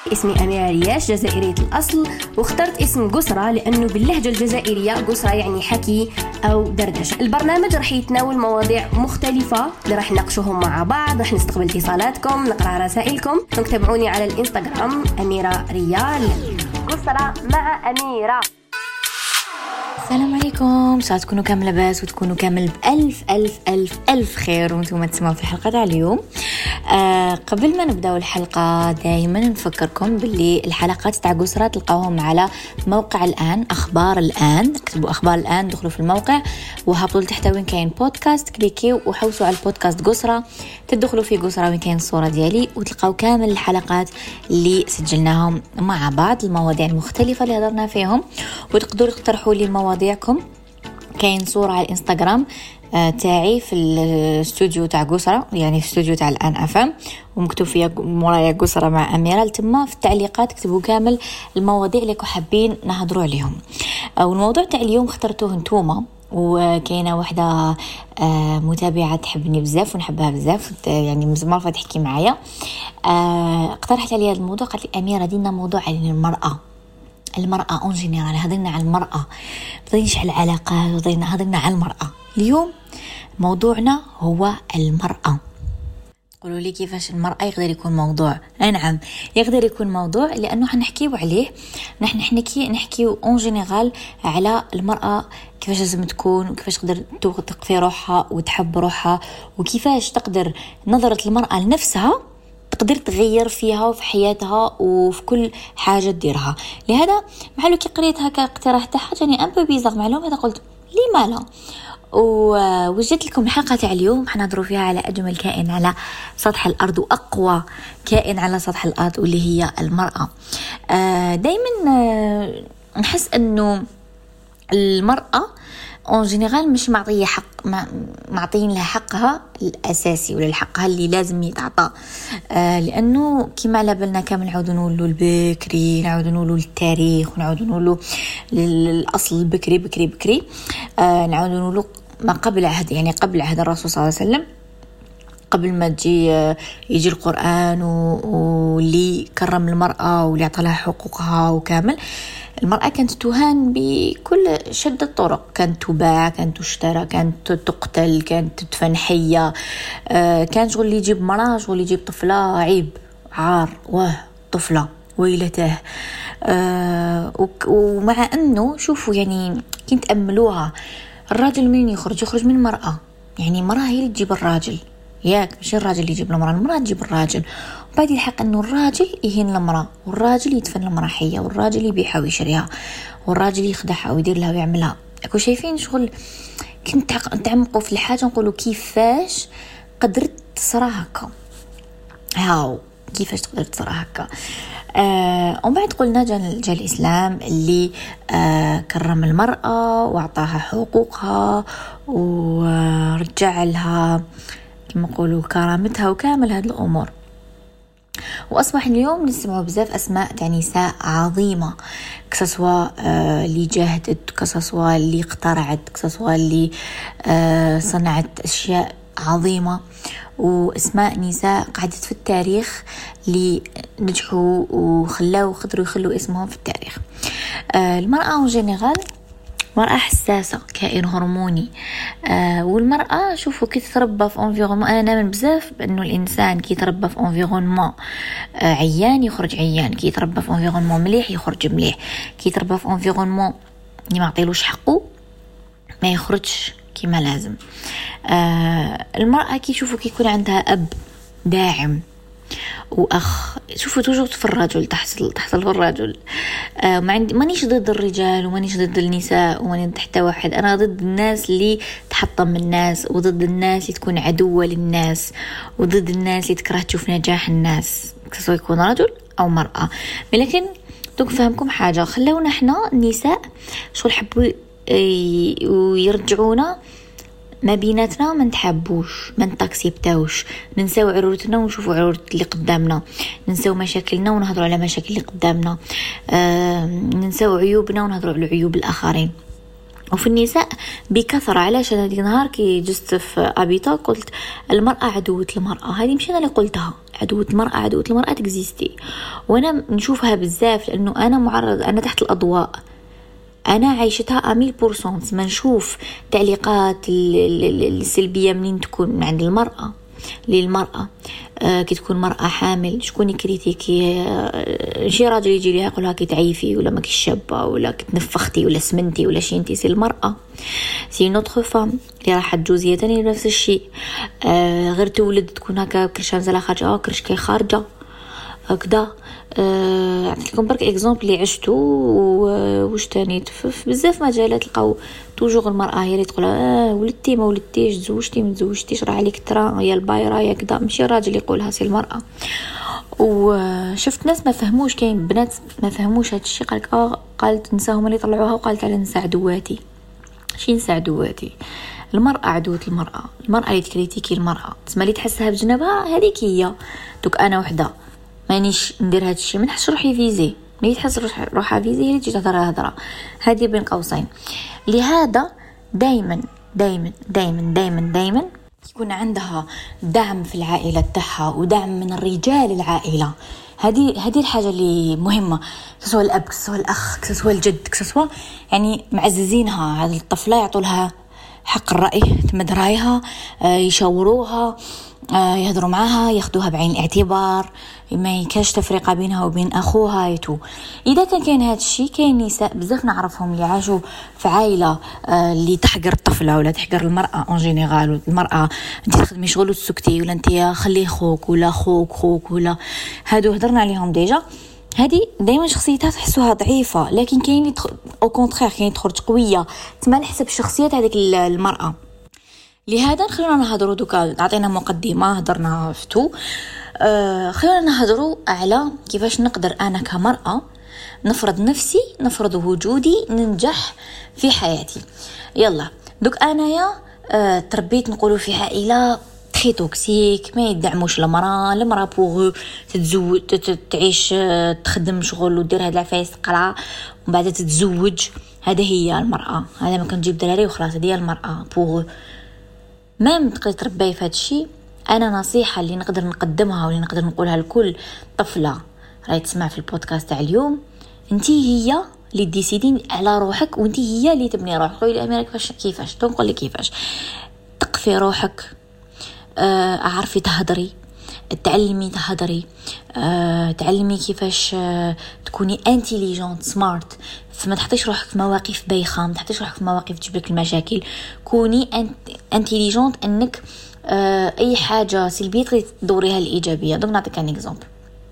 اسمي أميرة رياش، جزائرية الأصل، واخترت اسم قسرة لأنه باللهجة الجزائرية قسرة يعني حكي أو دردشة. البرنامج رح يتناول مواضيع مختلفة اللي رح نناقشوهم مع بعض، رح نستقبل اتصالاتكم، نقرأ رسائلكم. تابعوني على الإنستغرام أميرة ريال. قسرة مع أميرة. السلام عليكم، ساعة تكونوا كامل لاباس وتكونوا كامل بألف ألف ألف ألف خير وانتم تسمعوا في الحلقة تاع اليوم. قبل ما نبدأ الحلقة دائما نفكركم باللي الحلقات تاع قسرة تلقاوهم على موقع الآن، أخبار الآن، اكتبوا أخبار الآن، دخلوا في الموقع وهبطوا لتحت وين كاين بودكاست، كليكيو وحوسوا على البودكاست قسرة، تدخلوا في قسرة وين كاين الصورة ديالي وتلقاو كامل الحلقات اللي سجلناهم مع بعض، المواضيع المختلفة اللي هضرنا فيهم، وتقدروا تقترحوا لي مواضيعكم. كاين صورة على الانستغرام تاعي في الاستوديو تاع قسرة، يعني في الاستوديو تاع الآن أفهم، ومكتوب فيها مورايا قسرة مع أميرة. تما في التعليقات اكتبوا كامل المواضيع اللي حابين نهضروا عليهم. والموضوع تاع اليوم اخترتوه انتوما، وكاينه واحده متابعه تحبني بزاف ونحبها بزاف، يعني من زمان فتحكي معايا، اقترحت عليا هذا الموضوع، قالت لي أميرة دينا موضوع على المرأة اون جينيرال، هضرنا على المرأة، بديناش على العلاقات، هضرنا على المرأة. اليوم موضوعنا هو المرأة. قولوا لي كيفاش المرأة يقدر يكون موضوع؟ نعم يقدر يكون موضوع، لأنه حنحكيو عليه. نحن نحكيو اون جينيرال على المرأة، كيفاش لازم تكون، وكيفاش تقدر توثق في روحها وتحب روحها، وكيفاش تقدر نظرة المرأة لنفسها تقدر تغير فيها وفي حياتها وفي كل حاجة تديرها. لهذا معلو كي قريت هكا اقتراح تاعها جاني ان بو بيزار معلومة، هذا قلت لي مالا. ووجدت لكم الحلقة تاع اليوم حنهضروا فيها على أجمل كائن على سطح الأرض وأقوى كائن على سطح الأرض، واللي هي المرأة. دايما نحس أنه المرأة اون جينيرال مش معطيه حق، معطين لها حقها الاساسي ولا حقها اللي لازم يتعطى، لانه كيما على بالنا كامل نعاودوا نقولوا البكري، نعاودوا نقولوا التاريخ، ونعاودوا نقولوا الاصل البكري بكري، نعاودوا نقولوا ما قبل عهد، يعني قبل عهد الرسول صلى الله عليه وسلم، قبل ما يجي القرآن واللي كرم المرأة واللي عطى لها حقوقها وكامل. المرأة كانت تهان بكل شدة الطرق، كانت تباع، كانت تشترى، كانت تقتل، كانت تدفن حية. كان شغل اللي يجيب مرأة، شغل اللي يجيب طفلة عيب، عار، طفلة ويلته. ومع أنه شوفوا يعني كنت أملوها، الراجل منين يخرج من المرأة، يعني المرأة هي اللي تجيب الراجل، ياك مش الراجل اللي يجيب المرأة تجيب الراجل. وبعد الحق انه الراجل يهين المرأة، والراجل يدفن المرأة حية، والراجل يبيعها ويشريها، والراجل يخدعها ويدير لها ويعملها. اكو شايفين شغل كنت تعمقوا في الحاجة، نقولوا كيفاش قدرت تصرى هكا، هاو كيفاش تقدر تصرى هكا. وبعد قلنا جاء الإسلام اللي كرم المرأة وأعطاها حقوقها ورجع لها كما نقولوا كرامتها وكامل هذه الأمور. وأصبح اليوم نسمع بزاف أسماء تاع نساء عظيمة، كسسوا اللي جاهدت، كسسوا اللي اخترعت، كسسوا اللي صنعت أشياء عظيمة، واسماء نساء قعدت في التاريخ اللي نجحوا وقدروا يخلوا اسمهم في التاريخ. المرأة جينيرال مرأة حساسة، كائن هرموني. والمرأة شوفوا كي تتربى في انفيرونمون، انا نامن بزاف بانه الانسان كي يتربى في انفيرونمون عيان يخرج عيان، كي يتربى في انفيرونمون مليح يخرج مليح، كي يتربى في انفيرونمون اللي ما يعطيلوش حقه ما يخرجش كما لازم. المرأة كي يشوفوا كي يكون عندها اب داعم واخ، شوفوا توجد في الرجل، تحصل في الرجل. مانيش ضد الرجال ومانيش ضد النساء ومانيش ضد حتى واحد، انا ضد الناس اللي تحطم الناس، وضد الناس اللي تكون عدوة للناس، وضد الناس اللي تكره تشوف نجاح الناس، سواء يكون رجل او مرأة. لكن دوك فهمكم حاجة، خلونا احنا النساء شو حبوا ويرجعونا ما بيناتنا، ما نتحبوش، ما نتاكسبتاوش، ننساو عرورتنا ونشوفوا عرورة اللي قدامنا، ننساو مشاكلنا ونهضروا على مشاكل اللي قدامنا، ننساو عيوبنا ونهضروا على عيوب الآخرين. وفي النساء بكثرة. علاش أنا هذيك النهار كي جست في أبيتا قلت المرأة عدوة المرأة، هذه مش أنا اللي قلتها، عدوة المرأة تكزيستي، وأنا نشوفها بزاف لأنه أنا معرض، أنا تحت الأضواء، أنا عايشتها 100%. ما نشوف تعليقات السلبية منين تكون عند المرأة للمرأة. كي تكون مرأة حامل شكون يكريتيكي؟ شي راجل يجي ليها يقولها كي تعيفي ولا ما كي شابة ولا كي تنفختي ولا سمنتي ولا شي. انتي سي المرأة، سي نوتخ فام اللي راح تجوز هي تاني نفس الشيء. غير تولد تكون هكا كرش نزله خارجه كرش كي خارجه هكذا. نعطيكم برك اكزامبل اللي عشتو واش تاني في بزاف مجالات لقاو توجور المراه هي اللي تقول ولدتي ما ولدتيش، تزوجتي ما تزوجتيش، راه عليك ترى يا البايره يا كذا. ماشي الراجل يقولها، سي المراه. وشفت ناس ما فهموش، كاين بنات ما فهموش هذا الشيء. قالت نساهم اللي طلعوها وقالت على نساء عدواتي. شي نساء عدواتي؟ المرأة عدوة المرأة اللي تكريتيكي المرأة تسمى اللي تحسها بجنبها هذيك هي. دوك انا وحده مانيش ندير هذا الشيء، ما نحسش روحي فيزي، ملي تحس روحها فيزي هي اللي تجي تهضر هضره هذه بين قوسين. لهذا دائما دائما دائما دائما دائما يكون عندها دعم في العائله تاعها ودعم من الرجال العائله. هذه الحاجه اللي مهمه، سواء الاب سواء الاخ سواء الجد سواء يعني معززينها. هذه الطفله يعطوا لها حق الراي، تمد رايها، يشاوروها، يهضروا معها، ياخذوها بعين الاعتبار، ما يكاش تفرقه بينها وبين اخوها يتو. اذا كان هذا الشيء، كاين نساء بزاف نعرفهم اللي عاشوا في عائله اللي تحقر الطفله ولا تحقر المراه اون جينيرال. المراه انت تخدمي شغل وتسكتي، ولا انت خلي خوك ولا خوك ولا هادو هضرنا عليهم ديجا. هذه دائما شخصيتها تحسوها ضعيفه، لكن كاين اللي او كونترير كاين تخرج قويه تما حسب شخصيه هذيك المراه. لهذا خلينا نهضروا دوكا، عطينا مقدمه هضرنا فتو. خلينا نهضروا على كيفاش نقدر انا كمراه نفرض نفسي، نفرض وجودي، ننجح في حياتي. يلا دوك انايا تربيت نقولوا في عائله تري توكسيك، ما يدعموش المراه بوغ تتزوج تعيش تخدم شغل ودير هاد العفايس تقرا ومن بعد تتزوج. هذا هي المراه، هذا ما كنجيب دراري وخلاص، هذه هي المراه بوغ. ما تقدر تربي في هذا الشيء. انا نصيحه اللي نقدر نقدمها واللي نقدر نقولها لكل طفله راهي تسمع في البودكاست تاع اليوم، انتي هي اللي ديسيدين على روحك، وانتي هي اللي تبني روحك. قولي اميره كيفاش تنقول لي كيفاش تقفي روحك، اعرفي تهضري، تعلمي تهضري، تعلمي كيفاش تكوني انتيليجنت سمارت، فما تحطيش روحك في مواقف بايخه، ما تحطيش روحك في مواقف تجيب لك المشاكل. كوني انتيليجنت انك اي حاجه سلبيه تدوريها الايجابيه. دوك نعطيك ان اكزامبل.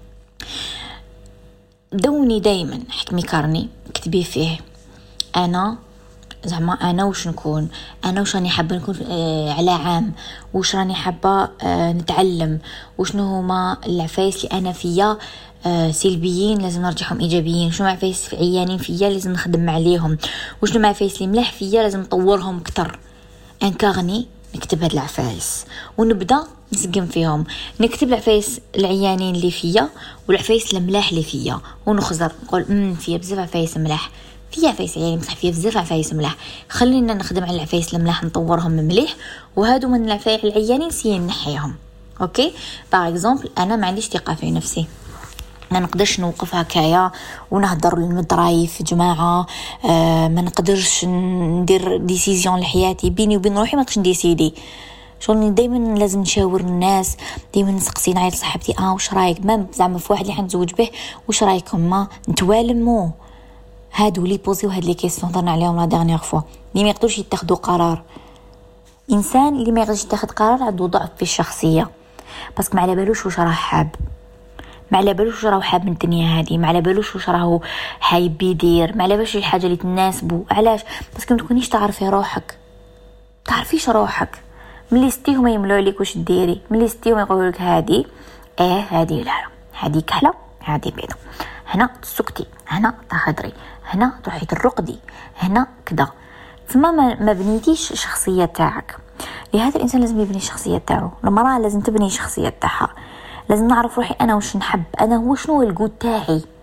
دوني دائما حكمي كارني كتبي فيه انا زعما انا واش نكون، انا واش راني حابه نكون على عام، واش راني حابه نتعلم، وشنو هما العفايس اللي انا فيا سلبيين لازم نرجعهم ايجابيين، شنو عفايس عيانين فيا لازم نخدم عليهم، وشنو عفايس اللي ملاح فيا لازم نطورهم اكثر. انكارني نكتب هاد العفايس ونبدا نسقم فيهم، نكتب العفايس العيانين اللي فيا والعفايس الملاح اللي فيا، ونخزر نقول فيا بزاف عفايس ملاح، فيها عفايس عيانين بصح فيها بزاف عفايس ملاح، خلينا نخدم على العفايس الملاح نطورهم مليح، وهادو من العفايس العيانين سي نحيهم. اوكي باغ اكزومبل انا ما عنديش ثقه في نفسي، ما نقدرش نوقف هكايا ونهضر للمدراي في جماعه، ما نقدرش ندير ديسيزيون لحياتي بيني وبين روحي، ما نقدرش نديسيدي شغل. دائما لازم نشاور الناس، دائما نسقسي نعيط لصاحبتي واش رايك، ما زعما في واحد اللي حنتزوج به واش رايكم، ما نتوالموا. هادو لي بوزيو هاد لي كيسيون هضرنا عليهم لا ديرنيير فوا، اللي ما يقدرش يتخذوا قرار. انسان اللي ما يقدرش يتخذ قرار عنده ضعف في الشخصيه، باسكو ما على بالوش واش راه حاب، ما على بالوش واش راه حاب من الدنيا هذه، ما على بالوش واش راه حايب يدير، ما على بالوش الحاجه اللي تناسبه. علاش؟ باسكو ما تكونيش تعرفي روحك، تعرفيش روحك. ملي ستيهم يملوا عليك واش ديري، ملي ستيهم يقولوا لك هذه هذه لا هذه كحله هذه بيضه، هنا تسكتي، هنا تهضري، هنا تروحي ترقدي، هنا كذا، تما ما بنيتيش الشخصيه تاعك. لهذا الانسان لازم يبني الشخصيه تاعو، المراه لازم تبني الشخصيه تاعها، لازم نعرف روحي انا واش نحب، انا هو شنو الجود تاعي،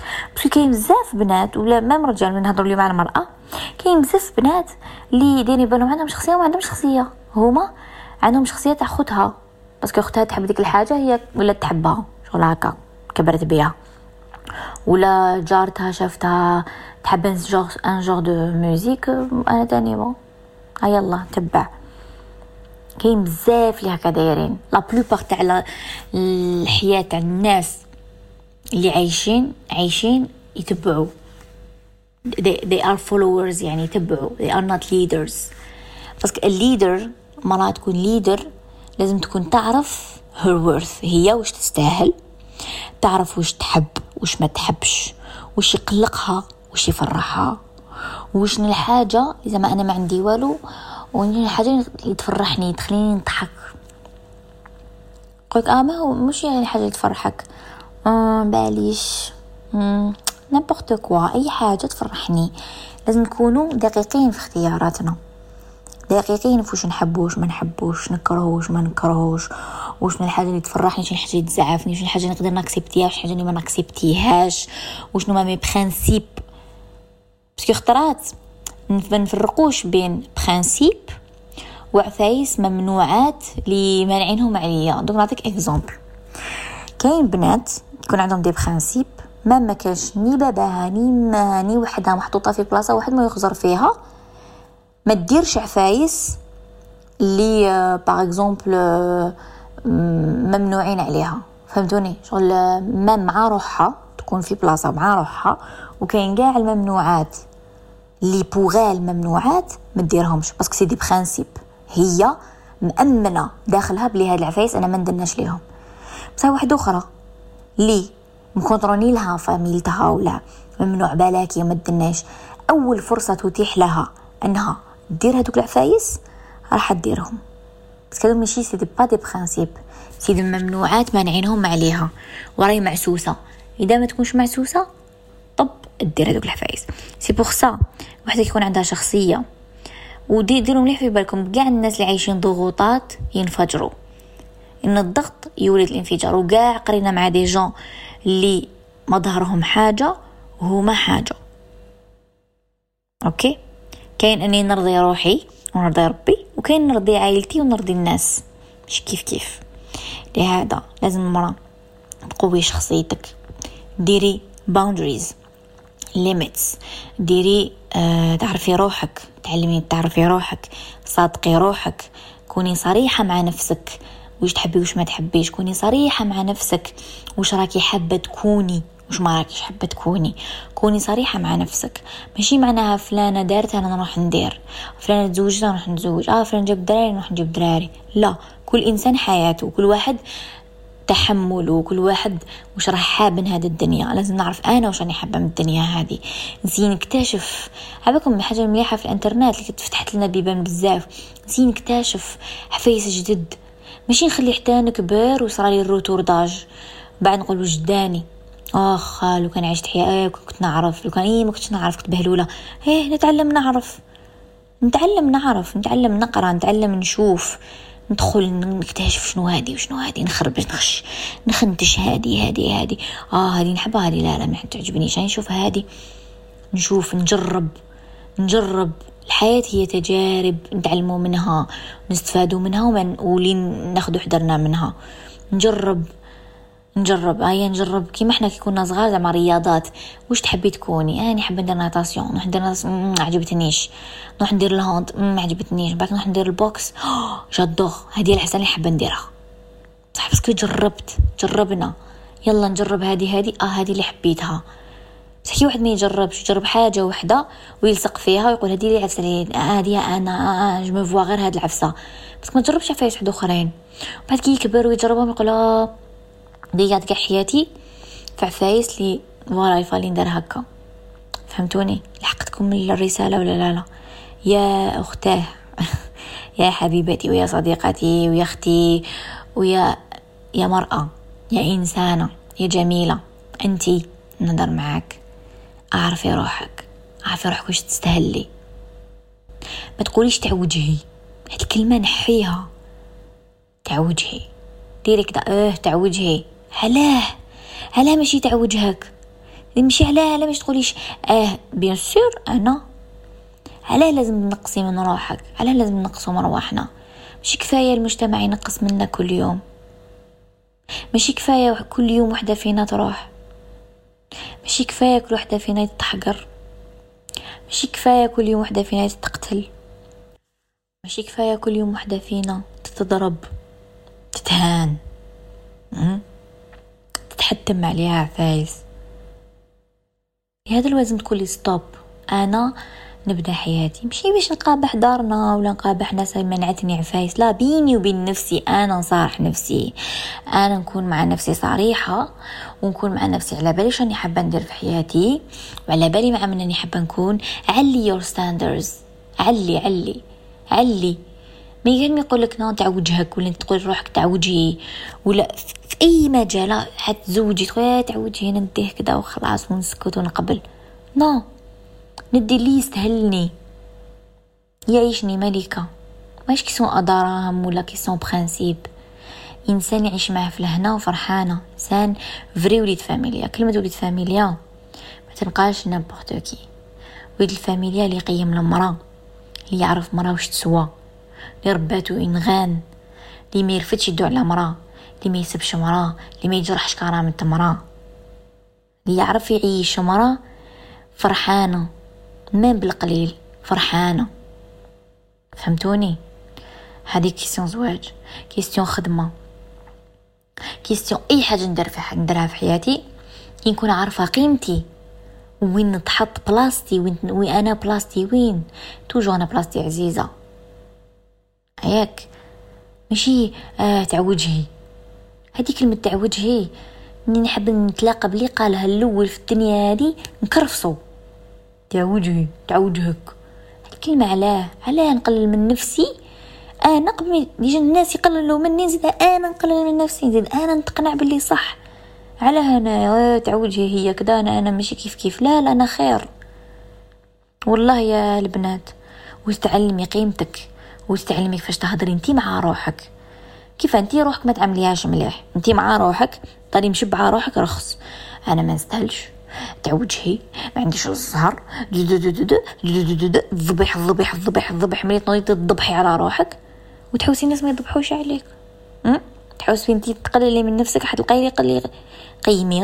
بس كاين بزاف بنات ولا ما رجال من نهضروا اليوم على المرأة، كاين بزاف بنات اللي دايرين بالهم عندهم شخصية وما عندهمش شخصية، هما عندهم شخصية تاع اختها باسكو اختها تحب ديك الحاجة هي ولا تحبها شغل هكا كبرت بها، ولا جارتها شافتها تحب ان جور دو ميوزيك انا تاني بون يلا تبع. كاين بزاف اللي هكا دايرين. لا بلوبار تاع الحياة تاع الناس اللي عايشين يتبعوا they are followers، يعني يتبعوا they are not leaders. بس الليدر مرات تكون ليدر لازم تكون تعرف her worth، هي وش تستاهل، تعرف وش تحب وش ما تحبش، وش يقلقها وش يفرحها، وش الحاجة إذا ما أنا ما عندي والو وين الحاجة اللي تفرحني تخليني نضحك. قلت ما هو مش يعني الحاجة اللي تفرحك باليش نبغت كوا أي حاجة تفرحني. لازم نكونوا دقيقين في اختياراتنا، دقيقين في وش نحبوش ما نحبوش، نكرهوش ما نكرهوش، وش من الحاجة اللي تفرحني، شنو الحاجة اللي تزعفني، شنو الحاجة اللي نقدر ناكسبتيها، وش الحاجة اللي ما ناكسبتيهاش، وشنو ما مي برينسيپ. باسكو خطرات ما نفرقوش بين برينسيپ وعفايس ممنوعات اللي مانعينهم عليا. دوك نعطيك اكزامبل. كاين بنات يكون عندهم دي برينسيپ ما كاش ني باباها ني وحده محطوطه في بلاصه واحد ما يخزر فيها، ما تديرش عفايس اللي باغ اكزومبل ممنوعين عليها. فهمتوني؟ شغل ما مع روحها تكون في بلاصه مع روحها، وكاين كاع الممنوعات اللي بوغال الممنوعات ما ديرهمش باسكو سي دي برينسيپ، هي مأمنه داخلها بلي هاد العفايس انا ما ندناش ليهم. بس واحده اخرى لي مكونطروني لها فاميلتها ولا ممنوع بالاكي وما تدناش، اول فرصه تتيح لها انها دير هذوك العفايس راح ديرهم. بس كذا ماشي سي دي با دي برينسيپ، سي دي ممنوعات مانعينهم عليها وراي معسوسه. اذا ما تكونش معسوسه طب دير هذوك العفايس. سي بوغ سا وحده يكون عندها شخصيه وديروا مليح في بالكم كاع الناس اللي عايشين ضغوطات ينفجروا، ان الضغط يولد الانفجار. وكاع قرينا مع دي جون اللي مظهرهم حاجه وهما حاجه. اوكي، كاين اني نرضي روحي ونرضي ربي، وكاين نرضي عائلتي ونرضي الناس، مش كيف. لهذا لازم المرأة تقوي شخصيتك، ديري boundaries limits، ديري تعرفي روحك، تعلمي تعرفي روحك، صادقي روحك، كوني صريحة مع نفسك وش تحبي وش ما تحبيش، كوني صريحة مع نفسك وش راكي حابة تكوني وش ما راكيش حابة تكوني. كوني صريحة مع نفسك، ماشي معناها فلانة دارت أنا نروح ندير، فلانة تزوجت نروح نتزوج، فلان جاب دراري نروح نجيب دراري. لا، كل إنسان حياته، كل واحد تحمله، وكل واحد وش راح حاب من هذه الدنيا. لازم نعرف أنا وش راني حابة من الدنيا هذه، نسين نكتشف. عباكم حاجة مليحة في الانترنت اللي فتحت لنا بيبان بزاف، نسين نكتشف حفايس جدد، ماشي نخلي حتى نكبر وصرالي الروتور داج بعد نقول وجداني لو كان عشت حياة كنت نعرف، لو كان ما كنتش نعرف كنت بهلولة. نتعلم نعرف، نتعلم نقرأ، نتعلم نشوف، ندخل نكتشف شنو هادي وشنو هادي، نخربش نخنتش هادي هادي نحبها، هادي لا ما تعجبنيش، نشوف هادي، نشوف نجرب. الحياة هي تجارب نتعلموا منها نستفادوا منها ولين ناخدوا حذرنا منها. نجرب كيما احنا كنا صغار زعما رياضات. واش تحبي تكوني؟ انا حابه ندير ناتاسيون، نروح ندير ما عجبتنيش، نروح ندير الهاند ما عجبتنيش، بعد نروح ندير البوكس جادور، هذه الحاجه اللي حابه نديرها صح. بس جربنا يلا نجرب هذه هذه اللي حبيتها. بس كي واحد ما يجرب حاجه واحده ويلصق فيها ويقول هذه اللي عفسه لي، هذه انا جو مفوا غير هذه العفسه، بس ما تجربش عفايس واحد اخرين. بعد كي يكبر ويجربهم يقول ضيعت كاع حياتي في عفايس لي فوالا يفالي ندير هكا. فهمتوني؟ لحقتكم الرساله ولا لا يا اختاه يا حبيبتي ويا صديقتي ويا اختي ويا مرأة، يا انسانه، يا جميله، انتي نهضر معاك. اعرفي روحك واش تستهلي. ما تقوليش تاع وجهي، هاد الكلمه نحيها. تاع وجهي ديري كدا تاع وجهي، علاه ماشي تاع وجهك، ماشي علاه باش تقوليش بيان سور انا علاه لازم نقصي من روحك، علاه لازم نقصوا من رواحنا. ماشي كفايه المجتمع ينقص منا كل يوم، ماشي كفايه كل يوم وحده فينا تروح، ماشي كفايه كل وحده فينا تتحقر، ماشي كفايه كل يوم وحده فينا تتقتل، ماشي كفايه كل يوم وحده فينا تتضرب، تتهان، تتحتم عليها عفايس. هذا لازم تقولي ستوب، انا نبدا حياتي ماشي باش نقابح دارنا ولا نقابح ناس منعتني عفايس، لا، بيني وبين نفسي انا نصارح نفسي، انا نكون مع نفسي صريحه، ونكون مع نفسي على بالي شنو حابه ندير في حياتي، وعلى بالي مع من اني حابه نكون. علي يور ستاندرز، علي ما يقول لك نو تاع وجهك، ولا انت تقول روحك تاع وجهي، ولا في اي مجال حتى زوجي تقول تاع وجهي نديه كذا وخلاص ونسكت ونقبل. نو، ندي اللي يستهلني يعيشني ملكة، ماش كيسون أدراهم ولا كيسون برانسيب. إنسان يعيش معه في الهنا وفرحانة، إنسان فري وليد فاميليا. كلمة وليد فاميليا ما تنقاش نابورت كي، وليد الفاميليا اللي يقيم المرأة، اللي يعرف مرأة وش تسوى، اللي رباتو إنغان، اللي ما يرفدش يدو على مرأة، اللي ما يسبش مرأة، اللي ما يجرحش كرامة مرأة، اللي يعرف يعيش مرأة فرحانة ما بالقليل، فرحانة. فهمتوني؟ هذه كيستيون زواج، كيستيون خدمة، كيستيون اي حاجه نديرها في حياتي نكون عارفه قيمتي، وين نتحط بلاصتي، وين انا بلاصتي، وين توجو انا بلاصتي عزيزه. ياك ماشي تاع وجهي. هذه كلمه تاع وجهي اني نحب نتلاقى بلي قالها الاول في الدنيا هذه نكرفصو. تاع وجهي، تاع وجهك، الكلمه علاه نقلل من نفسي انا قبل يجي الناس يقللوا مني، نزيد انا نقلل من نفسي، نزيد انا نتقنع باللي صح. على انا تاع وجهي هي كذا، انا ماشي كيف لا انا خير. والله يا البنات، وتعلمي قيمتك، وتعلمي كيفاش تهضري انتي مع روحك، كيف انتي روحك ما تعمليهاش مليح. انتي مع روحك طري مشبعه روحك رخص، انا ما نستاهلش تاع وجهي، ما عنديش الزهر، ذبح ملي تنوضي تذبحي على روحك وتحوسي الناس ما يذبحوش عليك. تحوسي انتي تقللي من نفسك حتلقاي قيمي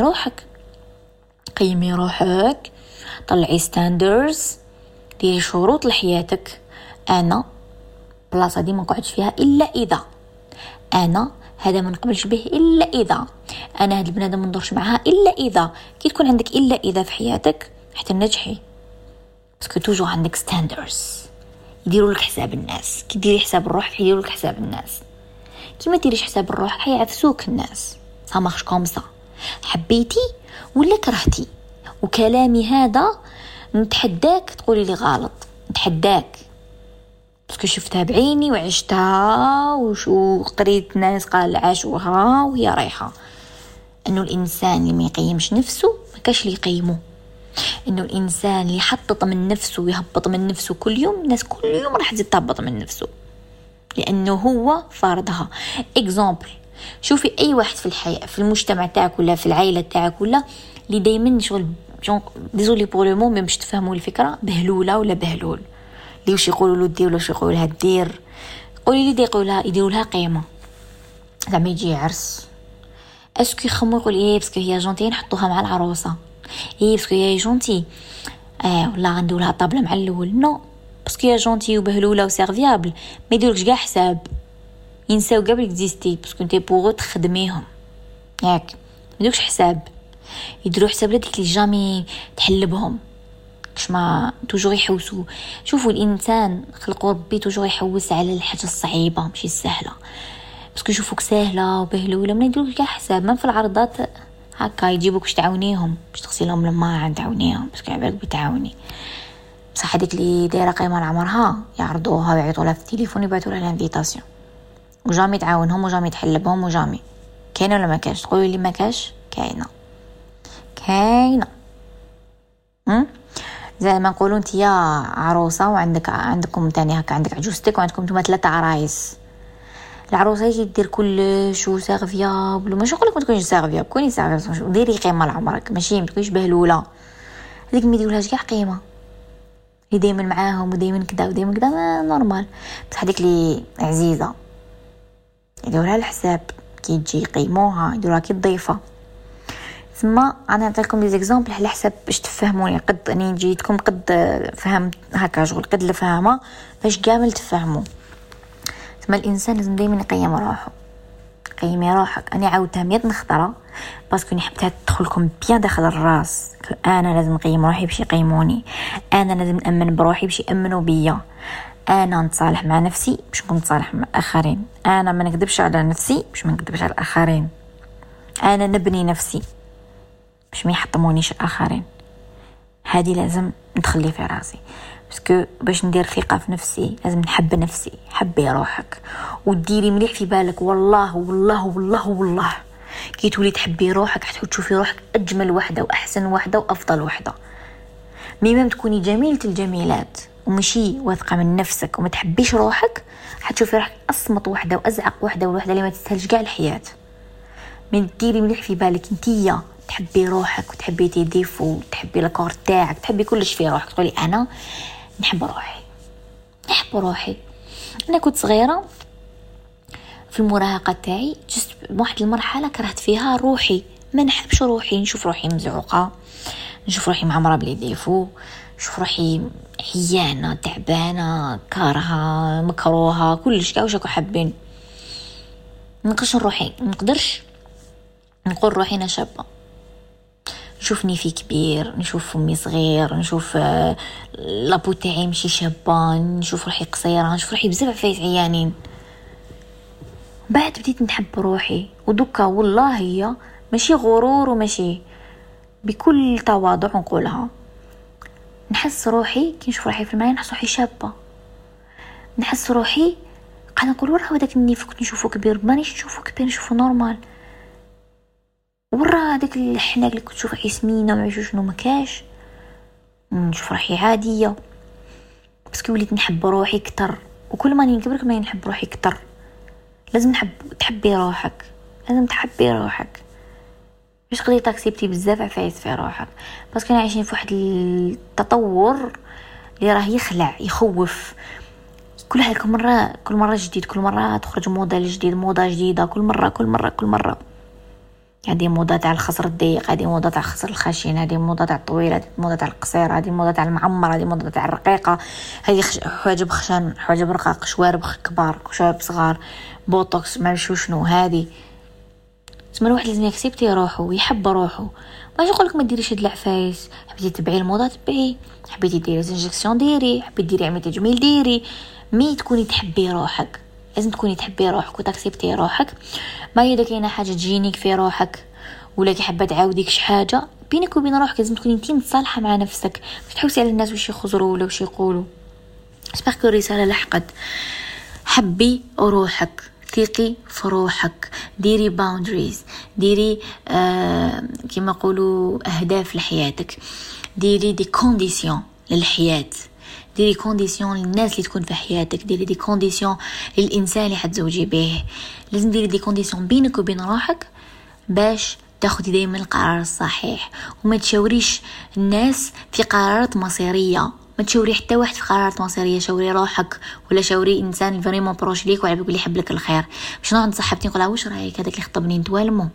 روحك، طلعي ستاندرز، ديري شروط لحياتك. انا بلاصه دي ما نقعدش فيها الا اذا انا هذا ما نقبلش به الا اذا انا هاد البنادم ما ندورش معها الا اذا. كي تكون عندك الا اذا في حياتك حتى نجحي، باسكو توجو عندك ستاندرز. يديروا لك حساب الناس، كي ديري حساب الروح يديروا لك حساب الناس. كي ما ديريش حساب الروح حيعفسوك الناس. سا مارش كوم سا، حبيتي ولا كرهتي. وكلامي هذا نتحداك تقولي لي غلط، نتحداك باسكو شفتها بعيني وعشتها وقريت ناس قال عاشوها وهي رايحه. انه الانسان اللي ما يقيمش نفسه ما كاش اللي يقيمه. انه الانسان اللي يحطط من نفسه ويهبط من نفسه كل يوم، الناس كل يوم راح تزيد تهبط من نفسه لانه هو فارضها. اكزامبل، شوفي اي واحد في الحياه في المجتمع تاعك ولا في العائله تاعك ولا اللي دائما شغل ديزولي بور لو مون باش تفهموا الفكره، بهلوله ولا بهلول، اللي واش يقولوا له دير ولا واش يقولوا لها دير. قولي لي يديروا لها قيمه. زعما يجي عرس اسكو يخمو يقول ايه باسكو هي جونتي نحطوها مع العروسه، ايه باسكو هي جونتي ولا غنديروا لها طابله مع الاول. نو، باسكو هي جونتي وبهلوله وسيرفيابل ما يديروكش كاع حساب، ينساو قبل اكزيستي باسكو انت بوغو تخدميهم. ياك ما يديروكش حساب، يديروا حساب لديك اللي جامي تحلبهم. كش ما توجور يحوسوا. شوفوا الانسان خلقوا ربي توجور يحوس على الحاجه الصعيبه ماشي السهله، باسكو يشوفوك سهله وبهلوله ما يديروش كاع حساب. ما في العرضات هكا يجيبوك باش تعاونيهم، باش تغسلي لهم الماء تعاونيهم باسكو عبالك بتعاوني. بصح هذيك اللي دايره قيمه لعمرها يعرضوها ويعيطوا لها في التليفون يبعثوا لها الانفيتاسيون وجامي تعاونهم وجامي تحلبهم وجامي. كاينه ولا ما كاش؟ تقولوا لي ما كاش؟ كاينه زي ما نقولوا انت يا عروسه وعندكم تاني هكا عندك عجوزتك وعندكم نتوما 3 عرايس. العروسه يجي دير كلش وساغفيابل، ماشي نقول لك ما تكونيش ساغفيابل، كوني ساغفيابل ديري قيمه لعمرك، ماشي ما تكونيش بهلوله. هذيك ما يديرولهاش كاع قيمه، اللي دائما معاهم ودائما كذا ودائما كذا ما نورمال. بصح هذيك اللي عزيزه يديرولها الحساب كي تجي يقيموها، يديروها كي ضيفه. ثم انا نعطيكم دي زيكزامبل على حسب باش تفهموني، قد اني جيتكم قد فهمت هكا شغل قد الفهمه باش كامل تفهموا. ثم الانسان لازم دائما يقيم روحه. قيمي روحك. انا عاودتها 100 نخطره باسكو ني حبتها تدخلكم بيان داخل الراس. انا لازم نقيم روحي باش يقيموني، انا لازم نامن بروحي باش يامنوا بيا، انا نتصالح مع نفسي باش نكون نتصالح مع الاخرين، انا ما نكذبش على نفسي باش ما نكذبش على الاخرين، انا نبني نفسي باش ما يحطمونيش الاخرين. هذه لازم ندخلي في راسي باسكو باش ندير ثقه في نفسي لازم نحب نفسي. حبي روحك وديري مليح في بالك، والله والله والله والله كي تولي تحبي روحك حتى تشوفي روحك اجمل وحده واحسن وحده وافضل وحده. ميم تكوني جميله الجميلات ومشي واثقه من نفسك وما تحبيش روحك حتشوفي روحك اصمت وحده وازعق وحده والوحده اللي ما تستاهلش كاع الحياه. من ديري مليح في بالك انتيا تحبي روحك وتحبي تيديف وتحبي الكور تاعك، تحبي كلش في روحك، تقولي انا نحب روحي نحب روحي. انا كنت صغيره في المراهقه تاعي جست بواحد المرحله كرهت فيها روحي، ما نحبش روحي، نشوف روحي مزعوقه، نشوف روحي معمره بلي ديفو، نشوف روحي عيانه تعبانه كارهه مكروهه كلش كاع واش راكو حابين. نقدرش روحي، نقدرش نقول روحي انا شابه، نشوفني في كبير، نشوف فمي صغير، نشوف لابو تاعي ماشي شابه، نشوف روحي قصيره، نشوف روحي بزاف عفايس عيانين. بعد بديت نحب روحي ودكا والله هي ماشي غرور وماشي بكل تواضع نقولها، نحس روحي كي نشوف روحي في المرايه نحس روحي شابه، نحس روحي قاعده نقول وراه هذاك النيف كنت نشوفه كبير مانيش نشوفه كبير نشوفه نورمال، ورا هذاك الحناك اللي كنت نشوف روحي سمينه ما عرفتش شنو مكاش، نشوف روحي عاديه باسكو وليت نحب روحي اكثر. وكل ما نكبر كل ما نحب روحي اكثر. لازم تحبي روحك، لازم تحبي روحك باش تقدري تاكسبتي بزاف عفايس في روحك، باسكو انا عايشين في واحد التطور اللي راه يخلع يخوف. كل مره جديد، كل مره تخرج موضه جديد، موضه جديده كل مره. هذه موضه تاع الخصر الضيق، هذه موضه تاع الخصر الخشن، هذه موضه تاع الطويل، هذه موضه تاع القصير، هذه موضه تاع المعمر، هذه موضه تاع الرقيقه، هذه حواجب خشن، حواجب رقاق، شوارب كبار، شوارب صغار، بوتوكس ما نعرفش شنو. هذه تسمى الواحد لازم يكسبتي روحه ويحب روحه. ماشي نقولك ما ديريش هاد العفايس، حبيتي تبعي الموضه تبعي، حبيتي ديري انجكسيون ديري، حبيتي ديري عمليه تجميل ديري، مي تكوني تحبي روحك. لازم تكوني تحبي روحك وتكسبتي روحك. ما اذا كاينه حاجه تجينيك في روحك ولا كي حابه تعاوديك شي حاجه بينك وبين روحك، لازم تكوني انتي متصالحه مع نفسك، مش تحوسي على الناس واش يخزروا ولا واش يقولوا. اسبق الرساله لحقت. حبي روحك، ثقي في روحك، ديري باوندريز، ديري كما يقولوا اهداف لحياتك، ديري دي كونديسيون للحياه، ديري كونديسيون للناس اللي تكون في حياتك، ديري دي كونديسيون للانسان اللي حتزوجي به. لازم ديري دي كونديسيون بينك وبين روحك باش تاخدي دائما القرار الصحيح، وما تشاوريش الناس في قرارات مصيريه. ما تشاوري حتى واحد في قرارات مصيريه، شاوري روحك ولا شاوري انسان فريمون بروش ليك وعلى بالك اللي يحب لك الخير. باش نقعد صاحبتي نقولها واش رايك هذاك اللي خطبني نتوالمو،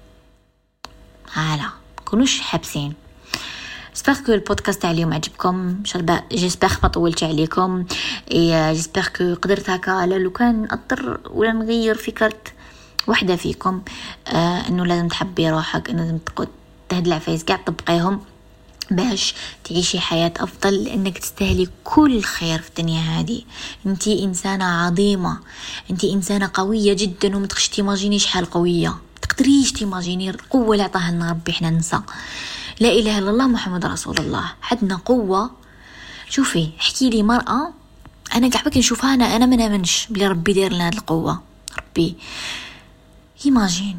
هلا كونوش حابسين. جيسبر كو البودكاست تاع اليوم عجبكم، جيسبر ما طولتش عليكم، جيسبر كو قدرت هكا لو كان نأثر ولا نغير فكره واحده فيكم، انه لازم تحبي روحك، انه لازم تهد العفايس كاع تطبقيهم باش تعيشي حياة أفضل، لأنك تستاهلي كل خير في الدنيا هذه. انتي إنسانة عظيمة، انتي إنسانة قوية جدا، وما تقدريش تيماجيني شحال قوية، تقدريش تيماجيني القوة اللي عطاها لنا ربي. احنا ننسى لا إله إلا الله محمد رسول الله، عندنا قوة. شوفي احكي لي مرأة أنا قاعدة نشوفها أنا ما نامنش بلي ربي داير لنا هذه القوة. ربي يماجين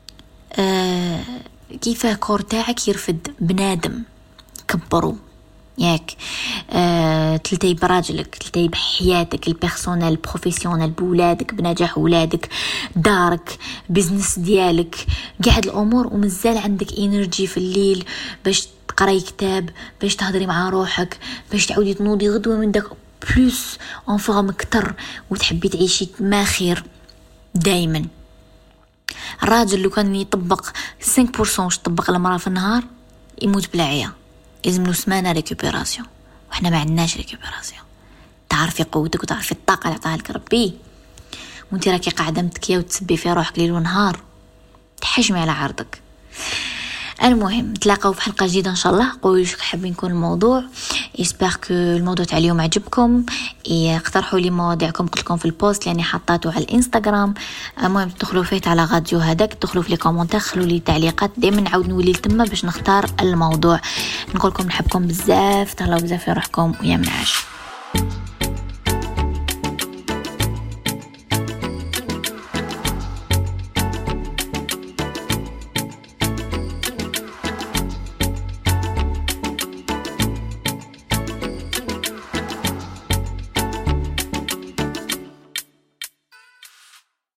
كيف كور تاعك يرفد بنادم كبروا ياك تلتهي براجلك، تلتهي بحياتك البيرسونيل البروفيسيونيل، بولادك، بنجاح ولادك، دارك، بيزنس ديالك، قاعد الامور، ومازال عندك انرجي في الليل باش تقراي كتاب، باش تهضري مع روحك، باش تعودي تنوضي غدوه من داك بلوس اون فورم اكثر، وتحبي تعيشي ما خير. دائما الراجل لو كان يطبق 5% واش طبق المراه في النهار يموت بلا عيا، لازم له سمانه ريكوبيراسيون، وحنا ما عندناش ريكوبيراسيون. تعرفي قوتك وتعرفي الطاقه اللي عطاها لك ربي، وانت راكي قاعده متكيه وتسبي في روحك ليل ونهار، تحجمي على عرضك. المهم نتلاقاو في حلقه جديده ان شاء الله. قولوا لي حابين يكون الموضوع، اسبر كو الموضوع تاع اليوم عجبكم، اقترحوا لي مواضيعكم قلت لكم في البوست لاني حطاته على الانستغرام. المهم تدخلوا فيه على راديو هذاك، تدخلوا في لي كومونتير، خلوا لي تعليقات، دائما نعاود نولي لتما باش نختار الموضوع. نقول لكم نحبكم بزاف، تهلاو بزاف في روحكم ويا منعش.